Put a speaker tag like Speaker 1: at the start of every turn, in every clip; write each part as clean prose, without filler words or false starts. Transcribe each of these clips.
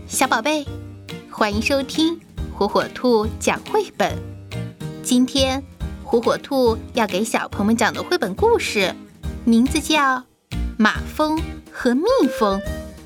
Speaker 1: 小宝贝，欢迎收听火火兔讲绘本。今天火火兔要给小朋友们讲的绘本故事，名字叫《马蜂和蜜蜂》。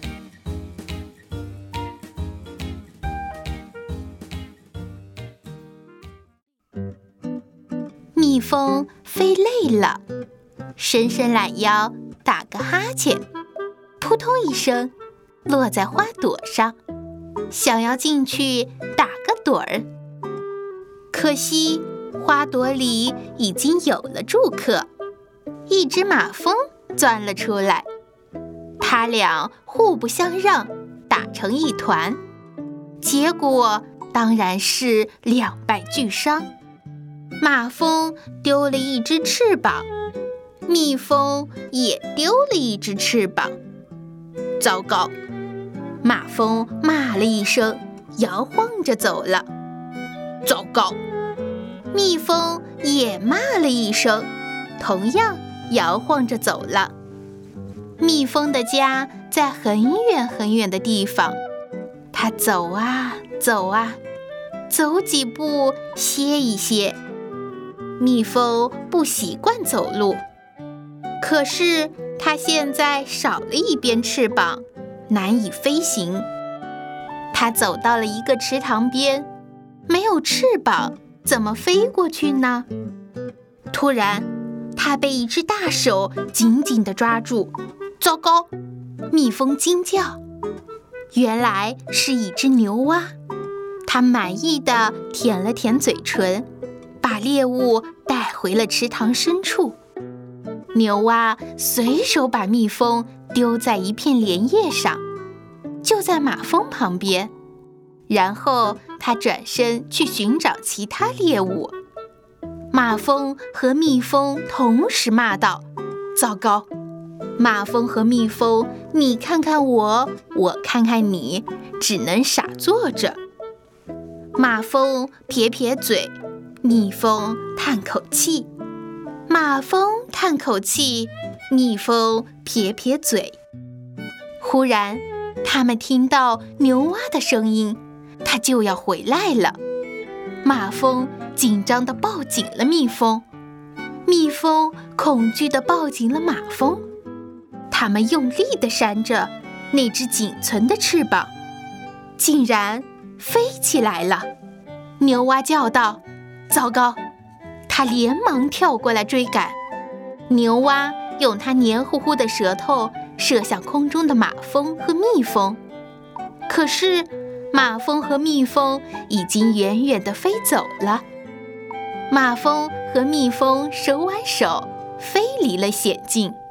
Speaker 1: 蜜蜂飞累了，伸伸懒腰，打个哈欠，扑通一声落在花朵上，想要进去打个盹儿。可惜花朵里已经有了住客，一只马蜂钻了出来，他俩互不相让，打成一团，结果当然是两败俱伤。马蜂丢了一只翅膀，蜜蜂也丢了一只翅膀。糟糕！马蜂骂了一声，摇晃着走了。糟糕！蜜蜂也骂了一声，同样摇晃着走了。蜜蜂的家在很远很远的地方，它走啊走啊，走几步歇一歇。蜜蜂不习惯走路，可是它现在少了一边翅膀，难以飞行。它走到了一个池塘边，没有翅膀，怎么飞过去呢？突然，它被一只大手紧紧地抓住。糟糕！蜜蜂惊叫，原来是一只牛蛙。它满意地舔了舔嘴唇，把猎物带回了池塘深处。牛蛙随手把蜜蜂丢在一片莲叶上，就在马蜂旁边，然后他转身去寻找其他猎物。马蜂和蜜蜂同时骂道：糟糕！马蜂和蜜蜂，你看看我，我看看你，只能傻坐着。马蜂撇撇嘴，蜜蜂叹口气。马蜂叹口气，蜜蜂撇撇嘴。忽然，他们听到牛蛙的声音，它就要回来了。马蜂紧张地抱紧了蜜蜂，蜜蜂恐惧地抱紧了马蜂。它们用力地扇着那只仅存的翅膀，竟然飞起来了。牛蛙叫道：糟糕！它连忙跳过来追赶。牛蛙用它黏糊糊的舌头射向空中的马蜂和蜜蜂，可是马蜂和蜜蜂已经远远地飞走了。马蜂和蜜蜂手挽手飞离了险境。